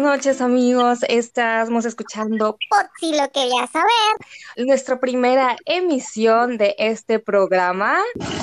noches, amigos. Estamos escuchando Por si lo querías saber. nuestra primera emisión de este programa.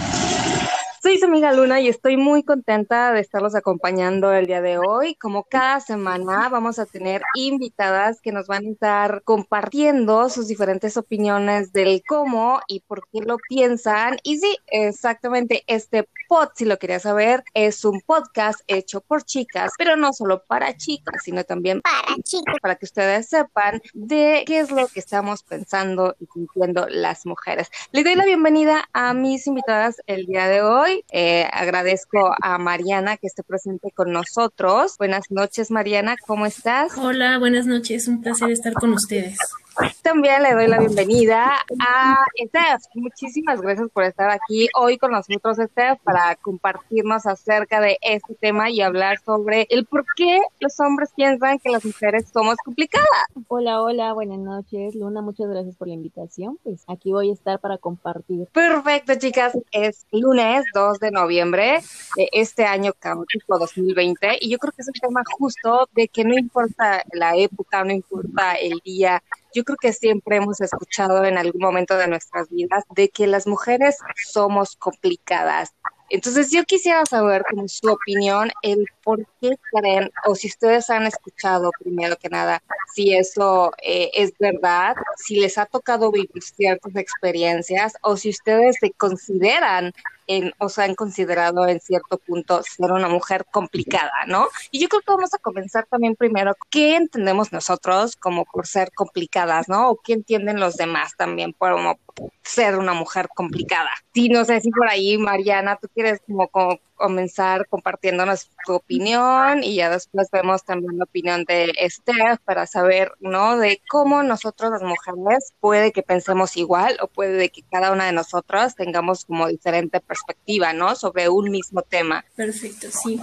Soy su amiga Luna y estoy muy contenta de estarlos acompañando el día de hoy. Como cada semana vamos a tener invitadas que nos van a estar compartiendo sus diferentes opiniones del cómo y por qué lo piensan. Y sí, exactamente, este si lo quería saber, es un podcast hecho por chicas, pero no solo para chicas, sino también Para chicos. para que ustedes sepan de qué es lo que estamos pensando y sintiendo las mujeres. Le doy la bienvenida a mis invitadas el día de hoy. Agradezco a Mariana que esté presente con nosotros. Buenas noches, Mariana, ¿cómo estás? Hola, buenas noches, un placer estar con ustedes. También le doy la bienvenida a Steph. Muchísimas gracias por estar aquí hoy con nosotros, Steph, para compartirnos acerca de este tema y hablar sobre el por qué los hombres piensan que las mujeres somos complicadas. Hola, hola, buenas noches, Luna, muchas gracias por la invitación. Pues aquí voy a estar para compartir. Perfecto, chicas. Es lunes 2 de noviembre de este año caótico 2020 y yo creo que es un tema justo de que no importa la época, no importa el día. Yo creo que siempre hemos escuchado en algún momento de nuestras vidas de que las mujeres somos complicadas. Entonces yo quisiera saber como su opinión, el por qué creen, o si ustedes han escuchado primero que nada, si eso es verdad, si les ha tocado vivir ciertas experiencias o si ustedes se consideran o se han considerado en cierto punto ser una mujer complicada, ¿no? Y yo creo que vamos a comenzar también primero, ¿qué entendemos nosotros como por ser complicadas, ¿no? O qué entienden los demás también por como ser una mujer complicada. Sí, no sé si por ahí, Mariana, tú quieres como comenzar compartiéndonos tu opinión y ya después vemos también la opinión de Steph para saber, ¿no? De cómo nosotros las mujeres puede que pensemos igual o puede que cada una de nosotras tengamos como diferente perspectiva, ¿no? Sobre un mismo tema. Perfecto, sí.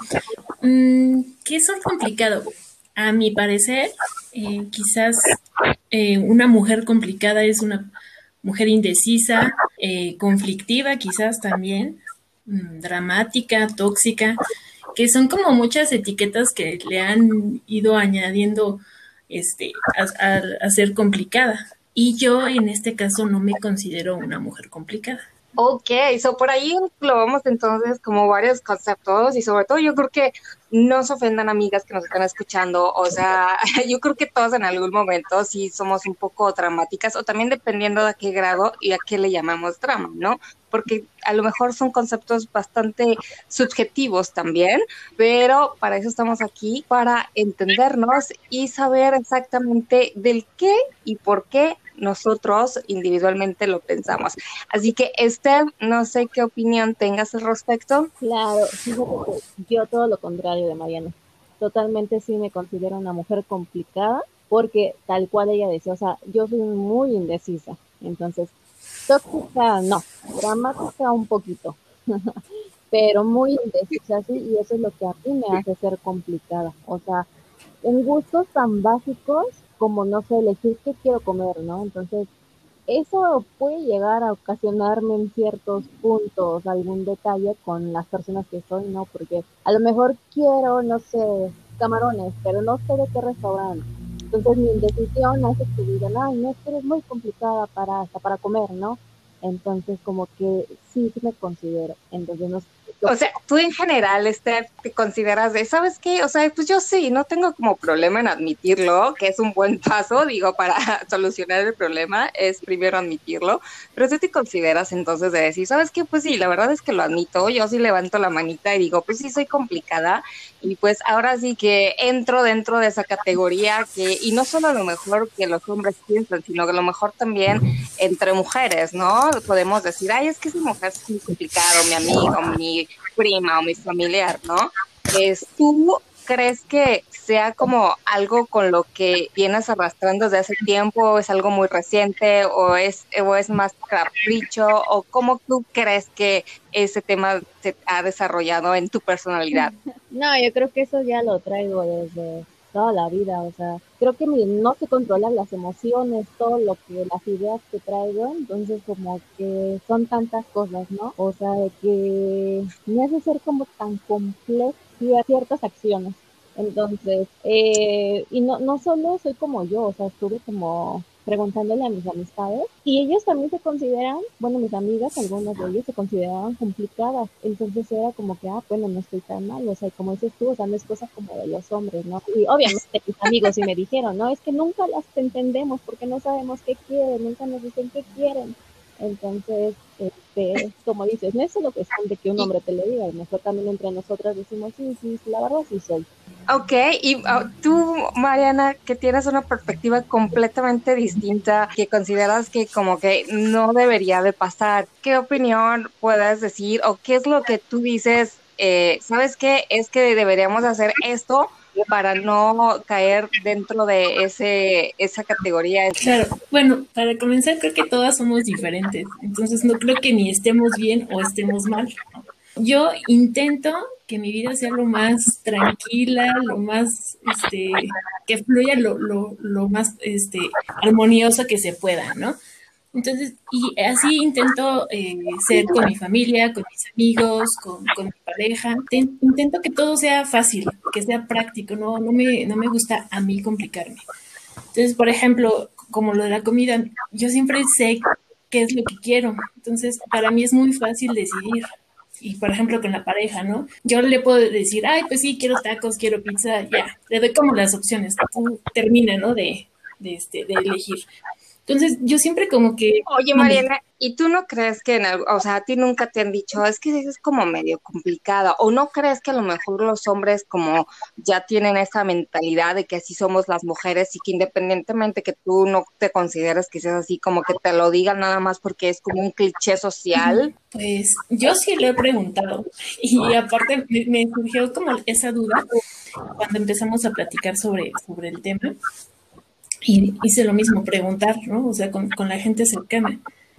¿Qué es complicado? A mi parecer, quizás una mujer complicada es una mujer indecisa, conflictiva quizás también, dramática, tóxica, que son como muchas etiquetas que le han ido añadiendo a ser complicada. Y yo en este caso no me considero una mujer complicada. Ok, so por ahí englobamos entonces como varios conceptos y sobre todo yo creo que no se ofendan amigas que nos están escuchando, o sea, yo creo que todos en algún momento sí somos un poco dramáticas o también dependiendo de a qué grado y a qué le llamamos drama, ¿no? Porque a lo mejor son conceptos bastante subjetivos también, pero para eso estamos aquí, para entendernos y saber exactamente del qué y por qué nosotros individualmente lo pensamos. Así que, Esther, no sé qué opinión tengas al respecto. Claro, fíjate que yo todo lo contrario de Mariana. Totalmente sí me considero una mujer complicada porque tal cual ella decía, o sea, yo soy muy indecisa. Entonces, tóxica no, dramática un poquito, pero muy indecisa, sí, y eso es lo que a mí me hace ser complicada. O sea, en gustos tan básicos como, no sé, elegir qué quiero comer, ¿no? Entonces, eso puede llegar a ocasionarme en ciertos puntos algún detalle con las personas que soy, ¿no? Porque a lo mejor quiero, no sé, camarones, pero no sé de qué restaurante. Entonces mi indecisión hace que digan, ay, no, es que eres muy complicada para hasta para comer, ¿no? Entonces como que sí, sí me considero. Entonces no sé, O sea, tú en general, Esther, te consideras de, ¿sabes qué? O sea, pues yo sí, no tengo como problema en admitirlo, que es un buen paso, digo, para solucionar el problema, es primero admitirlo, pero tú te consideras entonces de decir, ¿sabes qué? Pues sí, la verdad es que lo admito, yo sí levanto la manita y digo, pues sí, soy complicada, y pues ahora sí que entro dentro de esa categoría que, y no solo a lo mejor que los hombres piensan, sino que a lo mejor también entre mujeres, ¿no? Podemos decir, ay, es que esa mujer es muy complicado, mi amigo, mi prima o mi familiar, ¿no? ¿Tú crees que sea como algo con lo que vienes arrastrando desde hace tiempo, o es algo muy reciente, o es más capricho, o cómo tú crees que ese tema se ha desarrollado en tu personalidad? no, yo creo que eso ya lo traigo desde toda la vida, o sea, creo que no se controlan las emociones, todo lo que, las ideas que traigo, entonces como que son tantas cosas, ¿no? O sea, de que me hace ser como tan compleja ciertas acciones. Entonces, y no solo soy como yo, o sea, estuve como preguntándole a mis amistades y ellos también se consideran, bueno, mis amigas, algunas de ellas se consideraban complicadas, entonces era como que, bueno, no estoy tan mal, o sea, y como dices tú, o sea, no es cosa como de los hombres, ¿no? Y obviamente mis amigos sí me dijeron, no, es que nunca las entendemos porque no sabemos qué quieren, nunca nos dicen qué quieren. Entonces, como dices, no es solo cuestión de que un Y, hombre te lo diga, a lo mejor también entre nosotras decimos, sí, sí, la verdad sí soy. ok, y tú, Mariana, que tienes una perspectiva completamente distinta, que consideras que como que no debería de pasar, ¿qué opinión puedes decir o qué es lo que tú dices? ¿Sabes qué? Es que deberíamos hacer esto para no caer dentro de esa categoría. Claro, bueno, para comenzar creo que todas somos diferentes, entonces no creo que ni estemos bien o estemos mal. Yo intento que mi vida sea lo más tranquila, lo más, que fluya lo más, armonioso que se pueda, ¿no? Entonces, y así intento ser con mi familia, con mis amigos, con mi pareja. Intento que todo sea fácil, que sea práctico, no me gusta a mí complicarme. Entonces, por ejemplo, como lo de la comida, yo siempre sé qué es lo que quiero. Entonces, para mí es muy fácil decidir. Y, por ejemplo, con la pareja, ¿no? Yo le puedo decir, ay, pues sí, quiero tacos, quiero pizza, ya. Le doy como las opciones. Tú termina, ¿no? De elegir. Entonces, yo siempre como que, Oye, mande. Mariana, ¿y tú no crees que o sea, a ti nunca te han dicho, es que es como medio complicado, o no crees que a lo mejor los hombres como ya tienen esa mentalidad de que así somos las mujeres y que independientemente que tú no te consideres que seas así, como que te lo digan nada más porque es como un cliché social? Pues yo sí le he preguntado y aparte me surgió como esa duda cuando empezamos a platicar sobre el tema y hice lo mismo, preguntar, ¿no? O sea, con la gente cercana.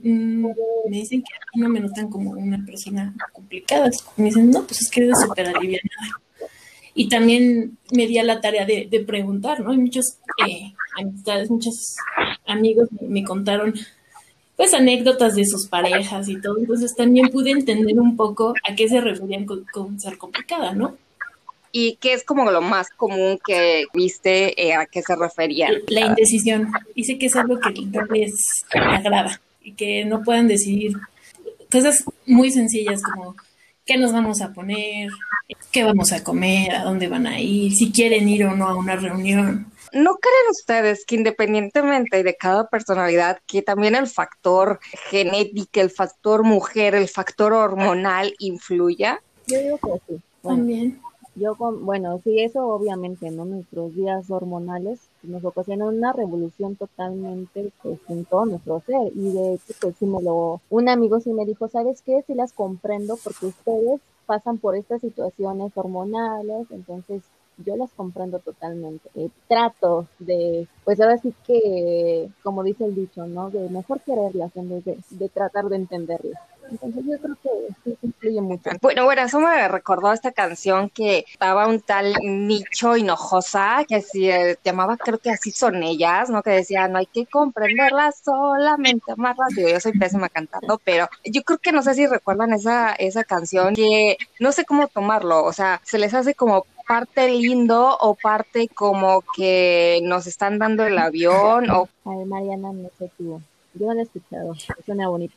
Me dicen que a mí no me notan como una persona complicada. Me dicen, no, pues es que eres súper alivianada. Y también me di a la tarea de preguntar, ¿no? Y muchos amistades, muchos amigos me contaron pues anécdotas de sus parejas y todo. Entonces también pude entender un poco a qué se referían con ser complicada, ¿no? ¿Y qué es como lo más común que viste, a qué se referían? La indecisión. Dice que es algo que no les agrada y que no puedan decidir cosas muy sencillas como qué nos vamos a poner, qué vamos a comer, a dónde van a ir, si quieren ir o no a una reunión. ¿No creen ustedes que independientemente de cada personalidad, que también el factor genética, el factor mujer, el factor hormonal influya? Yo digo que sí. Bueno, También. bueno, sí, eso obviamente, ¿no? Nuestros días hormonales nos ocasionan una revolución totalmente, pues, en todo nuestro ser. Y de hecho, pues, un amigo sí me dijo, ¿sabes qué? Sí las comprendo porque ustedes pasan por estas situaciones hormonales, entonces yo las comprendo totalmente. Trato de, pues ahora sí que, como dice el dicho, ¿no? De mejor quererlas en vez de tratar de entenderlas. Entonces yo creo que sí influye mucho. Bueno, eso me recordó esta canción que estaba un tal Nicho Hinojosa, que se llamaba, creo que así son ellas, ¿no? Que decía, no hay que comprenderlas, solamente amarlas. Digo, yo soy pésima cantando, pero yo creo que no sé si recuerdan esa canción, que no sé cómo tomarlo, o sea, se les hace como parte lindo o parte como que nos están dando el avión o Ay, Mariana, no sé tú. Yo no la he escuchado. Suena bonita.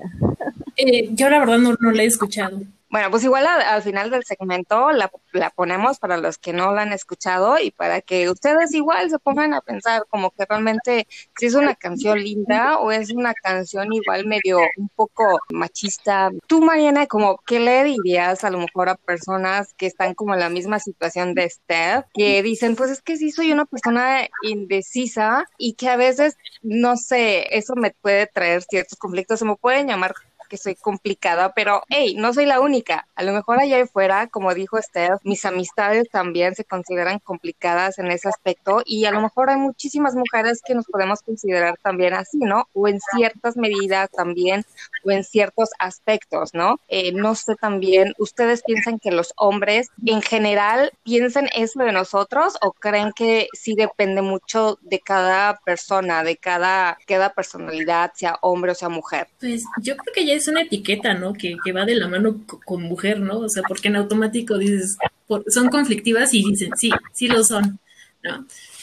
Yo la verdad no la he escuchado. bueno, pues igual al final del segmento la ponemos para los que no la han escuchado y para que ustedes igual se pongan a pensar como que realmente si es una canción linda o es una canción igual medio un poco machista. Tú, Mariana, como ¿qué le dirías a lo mejor a personas que están como en la misma situación de Steph, que dicen, pues es que sí soy una persona indecisa y que a veces, no sé, eso me puede traer ciertos conflictos, se me pueden llamar que soy complicada, pero hey, no soy la única. A lo mejor allá afuera, como dijo Steph, mis amistades también se consideran complicadas en ese aspecto y a lo mejor hay muchísimas mujeres que nos podemos considerar también así, ¿no? O en ciertas medidas también, o en ciertos aspectos, ¿no? No sé también, ¿ustedes piensan que los hombres en general piensan eso de nosotros o creen que sí depende mucho de cada persona, de cada personalidad, sea hombre o sea mujer? Pues yo creo que ya es una etiqueta, ¿no? Que va de la mano con mujer, ¿no? O sea, porque en automático dices, son conflictivas y dicen, sí, sí lo son, ¿no?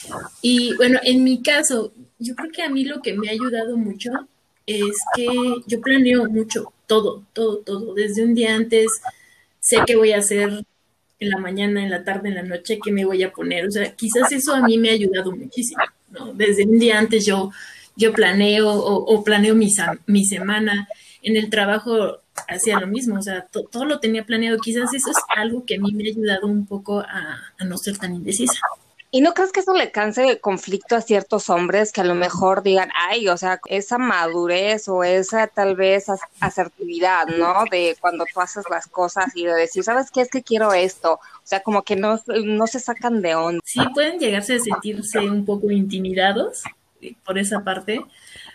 Y bueno, en mi caso, yo creo que a mí lo que me ha ayudado mucho es que yo planeo mucho, todo, todo, todo. Desde un día antes sé qué voy a hacer en la mañana, en la tarde, en la noche, qué me voy a poner. O sea, quizás eso a mí me ha ayudado muchísimo, ¿no? Desde un día antes yo planeo o planeo mi semana. En el trabajo hacía lo mismo, o sea, todo lo tenía planeado. Quizás eso es algo que a mí me ha ayudado un poco a no ser tan indecisa. ¿Y no crees que eso le canse de conflicto a ciertos hombres que a lo mejor digan, ay, o sea, esa madurez o esa tal vez asertividad, ¿no? De cuando tú haces las cosas y de decir, ¿sabes qué? Es que quiero esto. O sea, como que no se sacan de onda. Sí pueden llegarse a sentirse un poco intimidados por esa parte,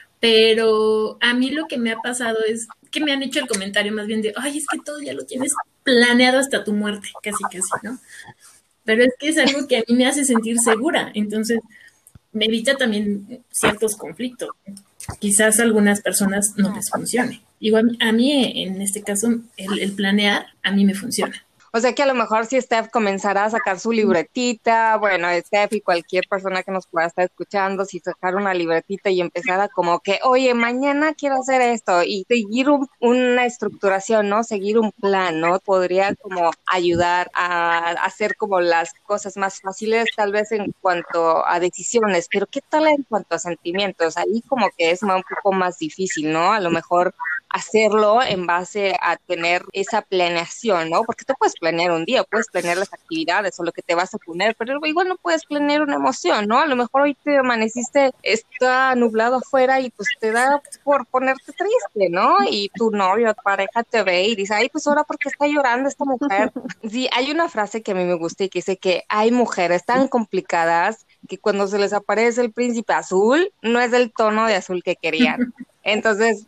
pero a mí lo que me ha pasado es que me han hecho el comentario más bien de, ay, es que todo ya lo tienes planeado hasta tu muerte, casi, casi, ¿no? Pero es que es algo que a mí me hace sentir segura, entonces me evita también ciertos conflictos. Quizás a algunas personas no les funcione. Igual a mí en este caso, el planear, a mí me funciona. O sea que a lo mejor si Steph comenzara a sacar su libretita, bueno, Steph y cualquier persona que nos pueda estar escuchando, si sacar una libretita y empezara como que, oye, mañana quiero hacer esto y seguir una estructuración, ¿no? Seguir un plan, ¿no? Podría como ayudar a hacer como las cosas más fáciles, tal vez en cuanto a decisiones, pero ¿qué tal en cuanto a sentimientos? Ahí como que es un poco más difícil, ¿no? A lo mejor hacerlo en base a tener esa planeación, ¿no? Porque tú puedes planear un día, puedes planear las actividades o lo que te vas a poner, pero igual no puedes planear una emoción, ¿no? A lo mejor hoy te amaneciste, está nublado afuera y pues te da por ponerte triste, ¿no? Y tu novio, tu pareja te ve y dice, ay, pues ahora porque está llorando esta mujer. Sí, hay una frase que a mí me gusta y que dice que hay mujeres tan complicadas que cuando se les aparece el príncipe azul, no es del tono de azul que querían. Entonces,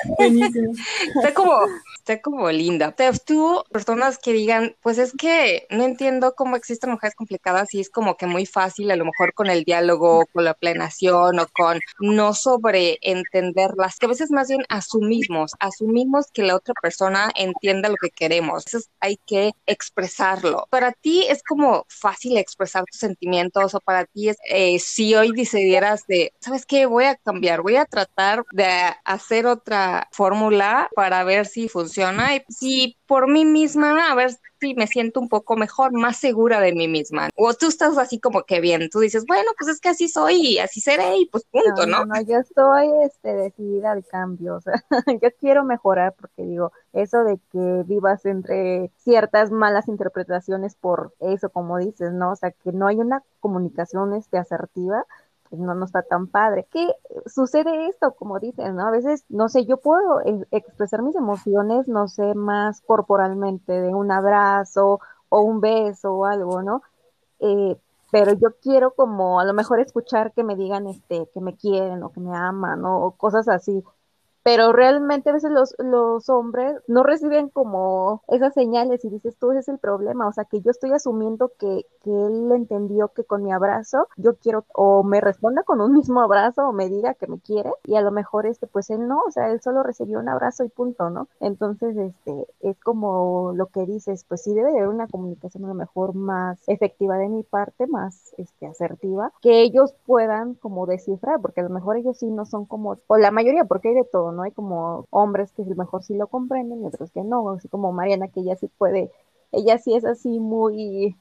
está como linda. Steph, tú, personas que digan, pues es que no entiendo cómo existen mujeres complicadas y es como que muy fácil, a lo mejor con el diálogo, con la planeación o con no sobreentenderlas, que a veces más bien asumimos que la otra persona entienda lo que queremos. Eso hay que expresarlo. Para ti es como fácil expresar tus sentimientos o para ti es, si hoy decidieras de, ¿sabes qué? Voy a cambiar, voy a tratar de hacer otra fórmula para ver si funciona y si por mí misma, a ver si me siento un poco mejor, más segura de mí misma. O tú estás así como que bien, tú dices, bueno, pues es que así soy y así seré y pues punto, ¿no? No, yo estoy decidida al cambio, o sea, yo quiero mejorar porque digo, eso de que vivas entre ciertas malas interpretaciones por eso, como dices, ¿no? O sea, que no hay una comunicación asertiva, pues no está tan padre. ¿Qué sucede esto, como dices, ¿no? A veces, no sé, yo puedo expresar mis emociones, no sé, más corporalmente, de un abrazo o un beso o algo, ¿no? Eh, pero yo quiero como a lo mejor escuchar que me digan que me quieren o que me aman, ¿no? O cosas así, pero realmente a veces los hombres no reciben como esas señales y dices, tú ese es el problema, o sea, que yo estoy asumiendo que él entendió que con mi abrazo yo quiero, o me responda con un mismo abrazo o me diga que me quiere y a lo mejor pues él no, o sea, él solo recibió un abrazo y punto, ¿no? Entonces, es como lo que dices, pues sí debe de haber una comunicación a lo mejor más efectiva de mi parte, más asertiva, que ellos puedan como descifrar, porque a lo mejor ellos sí no son como, o la mayoría, porque hay de todo, ¿no? Hay como hombres que a lo mejor sí lo comprenden y otros que no, así como Mariana, que ella sí puede, ella sí es así muy,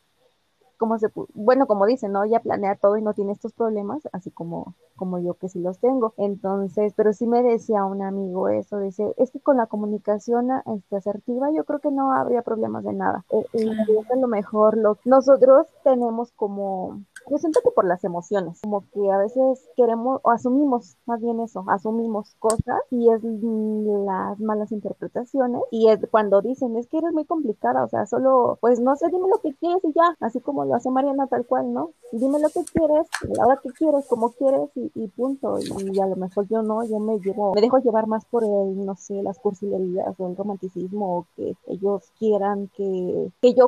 bueno, como dicen, ¿no? Ella planea todo y no tiene estos problemas, así como yo que sí los tengo. Entonces, pero sí me decía un amigo eso, dice, es que con la comunicación asertiva yo creo que no habría problemas de nada. A lo mejor nosotros tenemos como yo siento que por las emociones, como que a veces queremos o asumimos, más bien eso, asumimos cosas y es las malas interpretaciones y es cuando dicen, es que eres muy complicada, o sea, solo, pues no sé, dime lo que quieres y ya, así como lo hace Mariana tal cual, ¿no? Dime lo que quieres, a la hora que quieres, como quieres y punto. Y a lo mejor yo no, yo me dejo llevar más por el, no sé, las cursilerías o el romanticismo o que ellos quieran que yo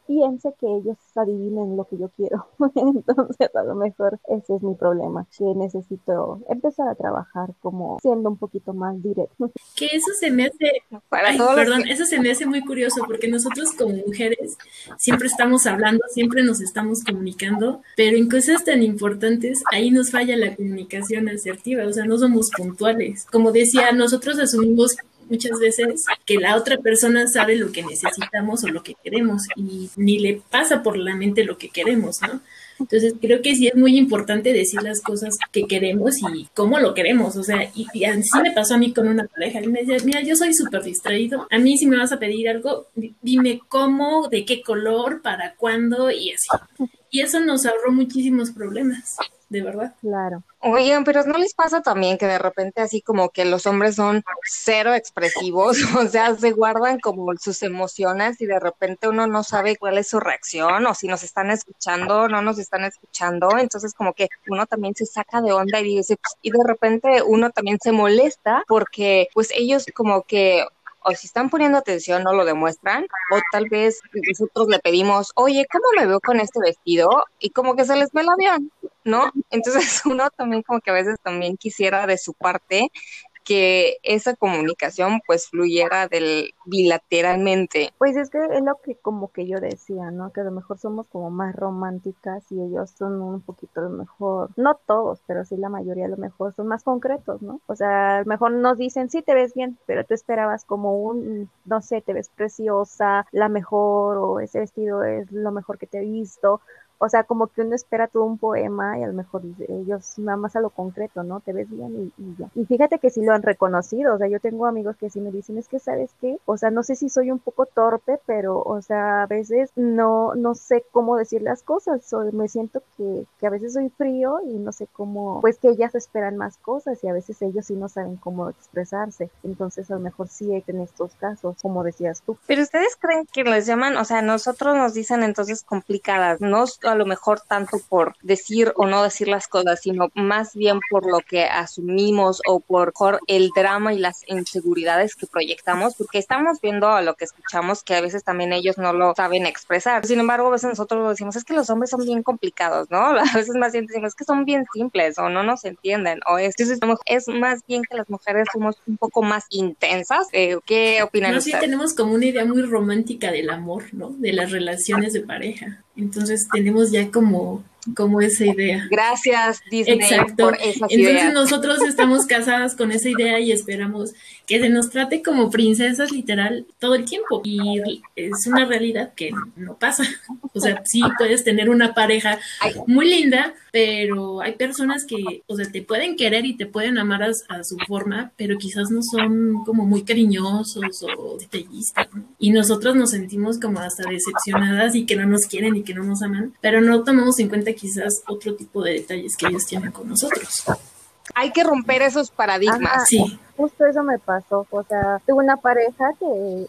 piense que ellos adivinen lo que yo quiero. Entonces, a lo mejor ese es mi problema, que necesito empezar a trabajar como siendo un poquito más directo. Que eso se me hace, Para ay, todos los perdón, que... eso se me hace muy curioso porque nosotros como mujeres siempre estamos hablando, siempre nos estamos comunicando, pero en cosas tan importantes ahí nos falla la comunicación asertiva, o sea, no somos puntuales. Como decía, nosotros asumimos muchas veces que la otra persona sabe lo que necesitamos o lo que queremos y ni le pasa por la mente lo que queremos, ¿no? Entonces creo que sí es muy importante decir las cosas que queremos y cómo lo queremos, o sea, y así me pasó a mí con una pareja, él me decía, mira, yo soy súper distraído, a mí si me vas a pedir algo, dime cómo, de qué color, para cuándo y así. Y eso nos ahorró muchísimos problemas, de verdad. Claro. Oigan, pero ¿no les pasa también que de repente así como que los hombres son cero expresivos? O sea, se guardan como sus emociones y de repente uno no sabe cuál es su reacción o si nos están escuchando o no nos están escuchando. Entonces como que uno también se saca de onda y dice, pues, y de repente uno también se molesta porque pues ellos como que o si están poniendo atención no lo demuestran, o tal vez nosotros le pedimos, oye, ¿cómo me veo con este vestido? Y como que se les ve el avión, ¿no? Entonces uno también como que a veces también quisiera de su parte que esa comunicación pues fluyera bilateralmente. Pues es que es lo que como que yo decía, ¿no? Que a lo mejor somos como más románticas y ellos son un poquito a lo mejor, no todos, pero sí la mayoría a lo mejor son más concretos, ¿no? O sea, a lo mejor nos dicen, sí te ves bien, pero tú esperabas como no sé, te ves preciosa, la mejor, o ese vestido es lo mejor que te he visto. O sea, como que uno espera todo un poema y a lo mejor ellos nada más a lo concreto, ¿no? Te ves bien y ya. Y fíjate que sí lo han reconocido, o sea, yo tengo amigos que sí me dicen, es que, ¿sabes qué? O sea, no sé si soy un poco torpe, pero, o sea, a veces no sé cómo decir las cosas, o me siento que a veces soy frío y no sé cómo, pues que ellas esperan más cosas y a veces ellos sí no saben cómo expresarse. Entonces, a lo mejor sí hay en estos casos, como decías tú. Pero ustedes creen que les llaman, o sea, nosotros nos dicen entonces complicadas, no a lo mejor tanto por decir o no decir las cosas, sino más bien por lo que asumimos o por el drama y las inseguridades que proyectamos, porque estamos viendo a lo que escuchamos que a veces también ellos no lo saben expresar. Sin embargo, a veces nosotros lo decimos, es que los hombres son bien complicados, ¿no? A veces más bien decimos, es que son bien simples o no nos entienden, o entonces es más bien que las mujeres somos un poco más intensas. ¿Qué opinan Más bien ustedes? tenemos como una idea muy romántica del amor, ¿no? De las relaciones de pareja. Entonces tenemos ya como esa idea. Gracias, Disney, Exacto. por esas Entonces ideas. nosotros estamos casadas con esa idea y esperamos que se nos trate como princesas literal todo el tiempo. Y es una realidad que no pasa. O sea, sí puedes tener una pareja Ay, muy linda, pero hay personas que, o sea, te pueden querer y te pueden amar a su forma, pero quizás no son como muy cariñosos o detallistas, ¿no? Y nosotros nos sentimos como hasta decepcionadas y que no nos quieren y que no nos aman, pero no tomamos en cuenta quizás otro tipo de detalles que ellos tienen con nosotros. hay que romper esos paradigmas. Ajá, Sí, justo eso me pasó, o sea, tuve una pareja que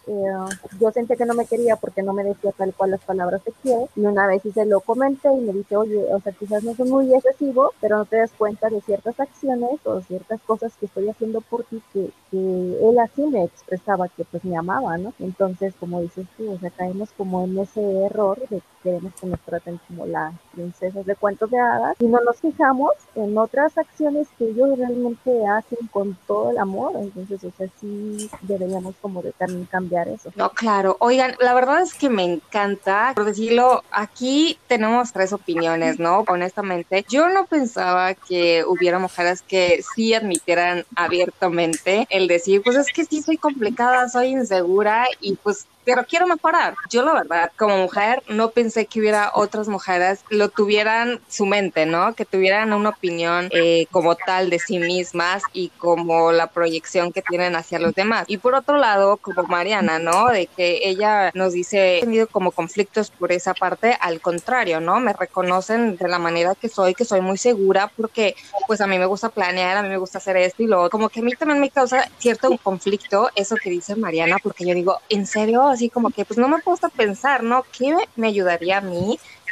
yo sentía que no me quería porque no me decía tal cual las palabras que quiere, y una vez sí se lo comenté y me dice, oye, o sea, quizás no soy muy excesivo, pero no te das cuenta de ciertas acciones o ciertas cosas que estoy haciendo por ti que él así me expresaba que pues me amaba, ¿no? Entonces, como dices tú, o sea, caemos como en ese error de que queremos que nos traten como las princesas de cuentos de hadas y no nos fijamos en otras acciones que ellos realmente hacen con todo el amor. Entonces, o sea, sí deberíamos como de también cambiar eso. No, claro. Oigan, la verdad es que me encanta, por decirlo, aquí tenemos tres opiniones, ¿no? Honestamente, yo no pensaba que hubiera mujeres que sí admitieran abiertamente el decir, pues es que sí soy complicada, soy insegura y pues pero quiero mejorar. Yo la verdad, como mujer, no pensé que hubiera otras mujeres que lo tuvieran su mente, ¿no? Que tuvieran una opinión como tal de sí mismas y como la proyección que tienen hacia los demás. Y por otro lado, como Mariana, ¿no? De que ella nos dice, he tenido como conflictos por esa parte, al contrario, ¿no? Me reconocen de la manera que soy muy segura porque pues a mí me gusta planear, a mí me gusta hacer esto y lo otro. Como que a mí también me causa cierto conflicto eso que dice Mariana, porque yo digo, ¿en serio? Así como que pues no me he puesto a pensar, ¿no? ¿Qué me ayudaría a mí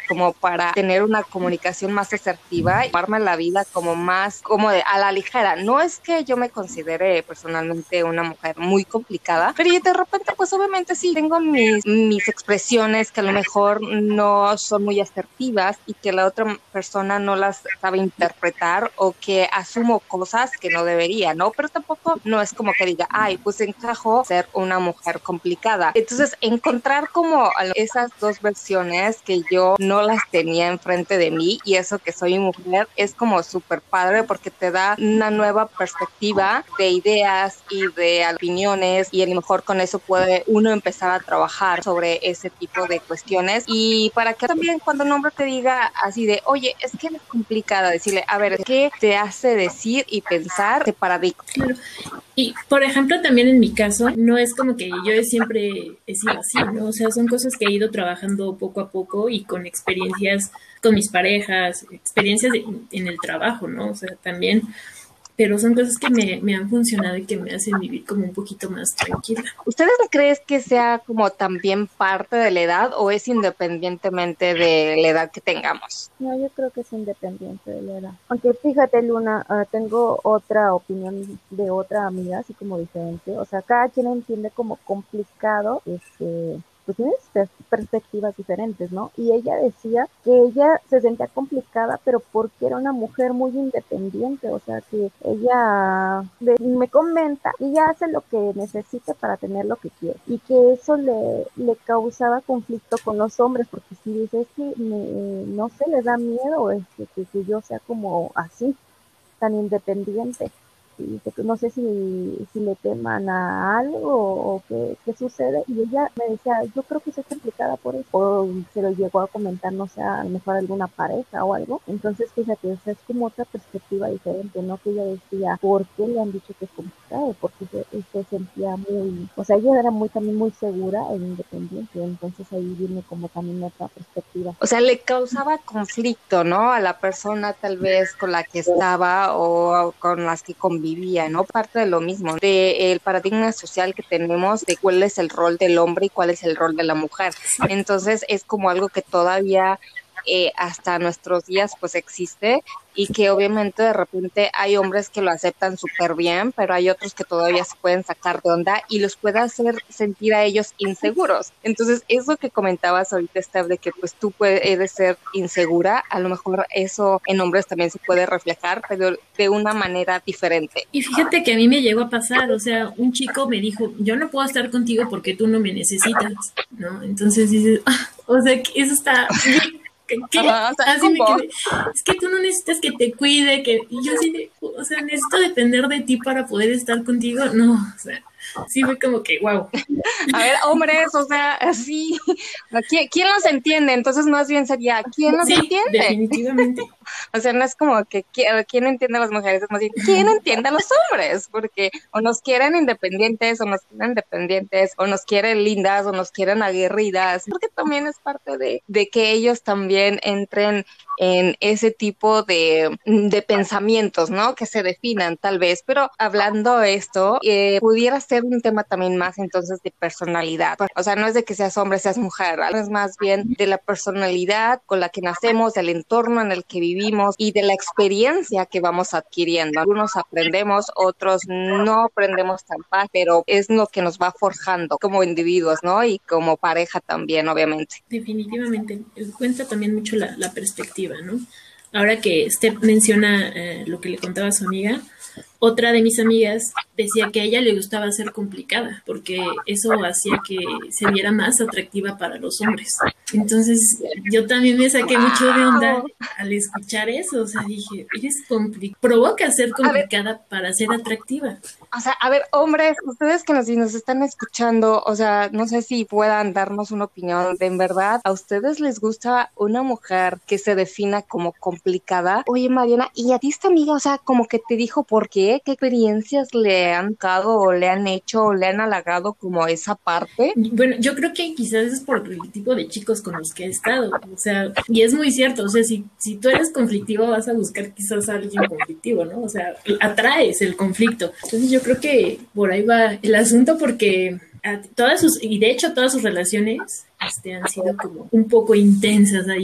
como para tener una comunicación más asertiva y tomarme la vida como más, como a la ligera. No es que yo me considere personalmente una mujer muy complicada, pero yo de repente, pues obviamente sí, tengo mis expresiones que a lo mejor no son muy asertivas y que la otra persona no las sabe interpretar o que asumo cosas que no debería, ¿no? Pero tampoco no es como que diga, ay, pues encajo ser una mujer complicada. Entonces, encontrar como esas dos versiones que yo no las tenía enfrente de mí y eso que soy mujer es como súper padre porque te da una nueva perspectiva de ideas y de opiniones y a lo mejor con eso puede uno empezar a trabajar sobre ese tipo de cuestiones y para que también cuando un hombre te diga así de, oye, es que es complicada, decirle, a ver, ¿qué te hace decir y pensar de paradigma? Claro. Y, por ejemplo, también en mi caso, no es como que yo siempre he sido así, ¿no? O sea, son cosas que he ido trabajando poco a poco y con experiencias con mis parejas, experiencias en el trabajo, ¿no? O sea, también, pero son cosas que me han funcionado y que me hacen vivir como un poquito más tranquila. ¿Ustedes creen que sea como también parte de la edad o es independientemente de la edad que tengamos? No, yo creo que es independiente de la edad. Aunque fíjate, Luna, tengo otra opinión de otra amiga, así como diferente. O sea, cada quien entiende como complicado, pues tienes perspectivas diferentes, ¿no? Y ella decía que ella se sentía complicada, pero porque era una mujer muy independiente, o sea, que ella me comenta y ella hace lo que necesite para tener lo que quiere y que eso le causaba conflicto con los hombres, porque si dices que no sé, les da miedo que yo sea como así, tan independiente. Y no sé si le teman a algo o qué sucede. Y ella me decía, yo creo que soy complicada por eso. O se lo llegó a comentar, no sé, a lo mejor alguna pareja o algo. Entonces, fíjate, o sea, es como otra perspectiva diferente, ¿no? Que ella decía, ¿por qué le han dicho que es complicado? Porque se sentía muy, o sea, ella era también muy segura e independiente. Entonces ahí viene como también otra perspectiva. O sea, le causaba conflicto, ¿no? A la persona tal vez con la que estaba o con las que convivía, ¿no? Parte de lo mismo, del paradigma social que tenemos de cuál es el rol del hombre y cuál es el rol de la mujer. Entonces es como algo que todavía hasta nuestros días pues existe y que obviamente de repente hay hombres que lo aceptan súper bien, pero hay otros que todavía se pueden sacar de onda y los puede hacer sentir a ellos inseguros. Entonces, eso que comentabas ahorita, Steph, de que pues tú puedes ser insegura, a lo mejor eso en hombres también se puede reflejar, pero de una manera diferente. Y fíjate que a mí me llegó a pasar, o sea, un chico me dijo, yo no puedo estar contigo porque tú no me necesitas, ¿no? Entonces dices, o sea, que eso está... ¿Qué? Ajá, o sea, así me quedé. Es que tú no necesitas que te cuide, y yo sí, o sea, necesito depender de ti para poder estar contigo. No, o sea, sí fue como que, wow. A ver, hombres, o sea, así, ¿quién los entiende? Entonces, más bien sería, ¿quién los entiende? Definitivamente. O sea, no es como que quién entiende a las mujeres, es más bien, ¿quién entiende a los hombres? Porque o nos quieren independientes, o nos quieren dependientes, o nos quieren lindas, o nos quieren aguerridas, porque también es parte de que ellos también entren en ese tipo de pensamientos, ¿no? Que se definan tal vez, pero hablando esto, pudiera ser un tema también más entonces de personalidad. O sea, no es de que seas hombre, seas mujer, es más bien de la personalidad con la que nacemos, del entorno en el que vivimos y de la experiencia que vamos adquiriendo. Algunos aprendemos, otros no aprendemos tan fácil, pero es lo que nos va forjando como individuos, ¿no? Y como pareja también, obviamente. Definitivamente. Cuenta también mucho la perspectiva, ¿no? Ahora que Steph menciona lo que le contaba a su amiga, otra de mis amigas decía que a ella le gustaba ser complicada porque eso hacía que se viera más atractiva para los hombres. Entonces yo también me saqué mucho de onda al escuchar eso, o sea, dije, provoca ser complicada para ser atractiva. O sea, a ver, hombres, ustedes que nos están escuchando, o sea, no sé si puedan darnos una opinión de en verdad, ¿a ustedes les gusta una mujer que se defina como complicada? Oye, Mariana, ¿y a ti esta amiga, o sea, como que te dijo por qué? ¿Qué experiencias le han dado o le han hecho o le han halagado como esa parte? Bueno, yo creo que quizás es por el tipo de chicos con los que he estado, o sea, y es muy cierto, o sea, si tú eres conflictivo vas a buscar quizás a alguien conflictivo, ¿no? O sea, atraes el conflicto. Entonces yo creo que por ahí va el asunto porque y de hecho todas sus relaciones han sido como un poco intensas ahí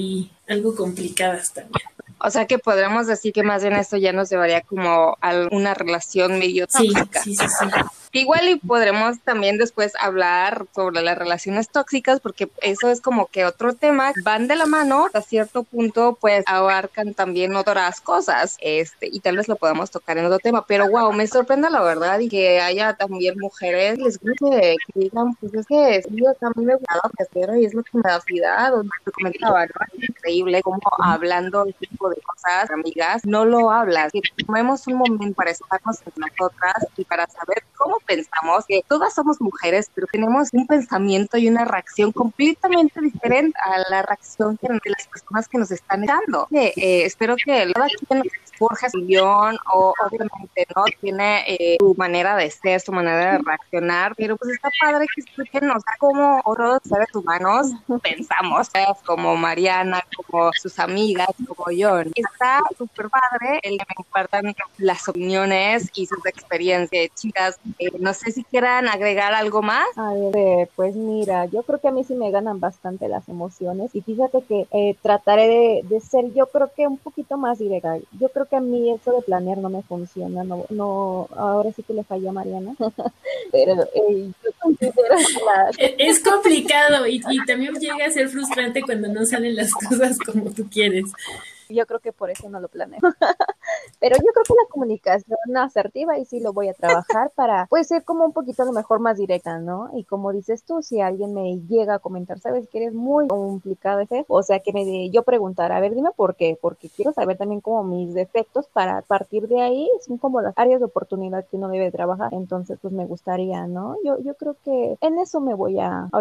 algo complicadas también. O sea que podríamos decir que más bien esto ya nos llevaría como a una relación medio Sí, tóxica. sí, sí, sí. Igual y podremos también después hablar sobre las relaciones tóxicas, porque eso es como que otro tema, van de la mano, a cierto punto pues abarcan también otras cosas, y tal vez lo podamos tocar en otro tema, pero wow, me sorprende la verdad y que haya también mujeres les guste, que digan, pues es que sí, a mí me gusta lo que hacer y es lo que me da vida, o te comentaba, ¿no? Es increíble como hablando este tipo de cosas, amigas, no lo hablas, que tomemos un momento para estarnos entre nosotras y para saber cómo pensamos, que todas somos mujeres, pero tenemos un pensamiento y una reacción completamente diferente a la reacción de las personas que nos están dando. Espero que cada quien forja su guión, o obviamente no tiene su manera de ser, su manera de reaccionar, pero pues está padre que escuchen, o sea, cómo otros seres humanos pensamos, como Mariana, como sus amigas, como yo. Está súper padre el que me compartan las opiniones y sus experiencias. Chicas, no sé si quieran agregar algo más. A ver, pues mira, yo creo que a mí sí me ganan bastante las emociones y fíjate que trataré de ser, yo creo que un poquito más directa. Yo creo que a mí eso de planear no me funciona, no, ahora sí que le falló a Mariana, pero yo considero Es complicado y también llega a ser frustrante cuando no salen las cosas como tú quieres. yo creo que por eso no lo planeo. Pero yo creo que la comunicación asertiva y sí lo voy a trabajar para, pues, ser como un poquito a lo mejor más directa, ¿no? Y como dices tú, si alguien me llega a comentar, sabes que eres muy complicada, o sea, yo preguntar, a ver, dime por qué, porque quiero saber también como mis defectos para partir de ahí, son como las áreas de oportunidad que uno debe trabajar. Entonces, pues me gustaría, ¿no? Yo creo que en eso me voy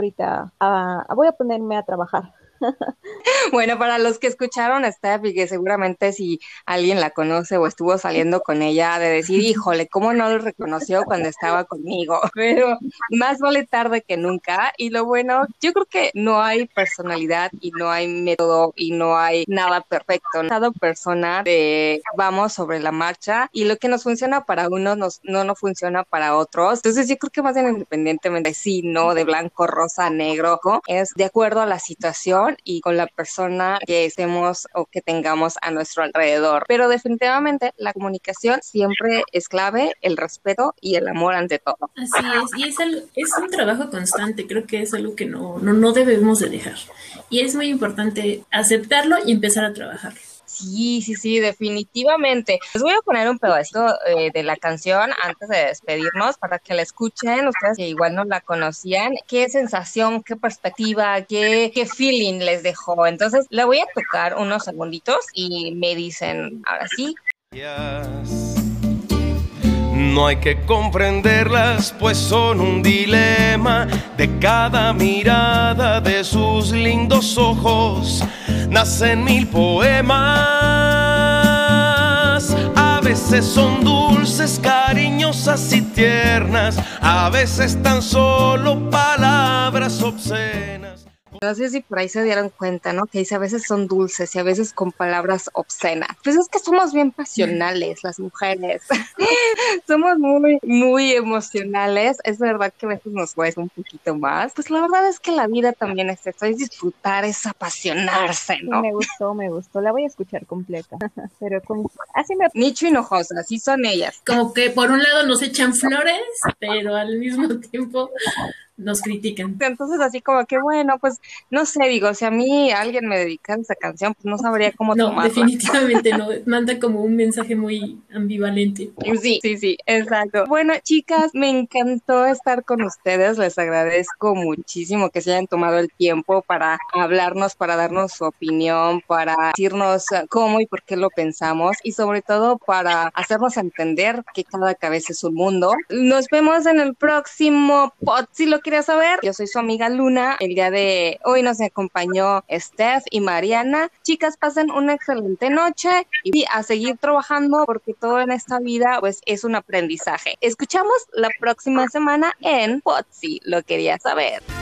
voy a ponerme a trabajar. Bueno, para los que escucharon a Steph y que seguramente si alguien la conoce o estuvo saliendo con ella, de decir, híjole, ¿cómo no lo reconoció cuando estaba conmigo? Pero más vale tarde que nunca. Y lo bueno, yo creo que no hay personalidad y no hay método y no hay nada perfecto. Cada persona vamos sobre la marcha y lo que nos funciona para unos no funciona para otros. Entonces yo creo que más bien independientemente de sí, no, de blanco, rosa, negro, es de acuerdo a la situación y con la persona que estemos o que tengamos a nuestro alrededor. Pero definitivamente la comunicación siempre es clave, el respeto y el amor ante todo. Así es, y es un trabajo constante, creo que es algo que no debemos de dejar. Y es muy importante aceptarlo y empezar a trabajarlo. Sí, definitivamente. Les voy a poner un pedacito de la canción antes de despedirnos para que la escuchen, ustedes que igual no la conocían. ¿Qué sensación, qué perspectiva, qué feeling les dejó? Entonces, la voy a tocar unos segunditos y me dicen, ahora sí. No hay que comprenderlas, pues son un dilema. De cada mirada de sus lindos ojos nacen 1000 poemas. A veces son dulces, cariñosas y tiernas, a veces tan solo palabras obscenas. No sé si por ahí se dieron cuenta, ¿no? Que dice a veces son dulces y a veces con palabras obscenas. Pues es que somos bien pasionales las mujeres. Somos muy, muy emocionales. Es verdad que a veces nos cuesta un poquito más. Pues la verdad es que la vida también es eso, es disfrutar, es apasionarse, ¿no? Me gustó. La voy a escuchar completa. Pero Nicho Hinojosa, así son ellas. Como que por un lado nos echan flores, pero al mismo tiempo nos critican. Entonces así como que bueno, pues no sé, digo, si a mí alguien me dedicara esa canción, pues no sabría cómo tomarla. No, definitivamente no, manda como un mensaje muy ambivalente. Sí, exacto. Bueno, chicas, me encantó estar con ustedes, les agradezco muchísimo que se hayan tomado el tiempo para hablarnos, para darnos su opinión, para decirnos cómo y por qué lo pensamos y sobre todo para hacernos entender que cada cabeza es un mundo. Nos vemos en el próximo pod, si lo quieres saber. Yo soy su amiga Luna. El día de hoy nos acompañó Steph y Mariana. Chicas, pasen una excelente noche y a seguir trabajando porque todo en esta vida pues es un aprendizaje. Escuchamos la próxima semana en Pod, si lo querías saber.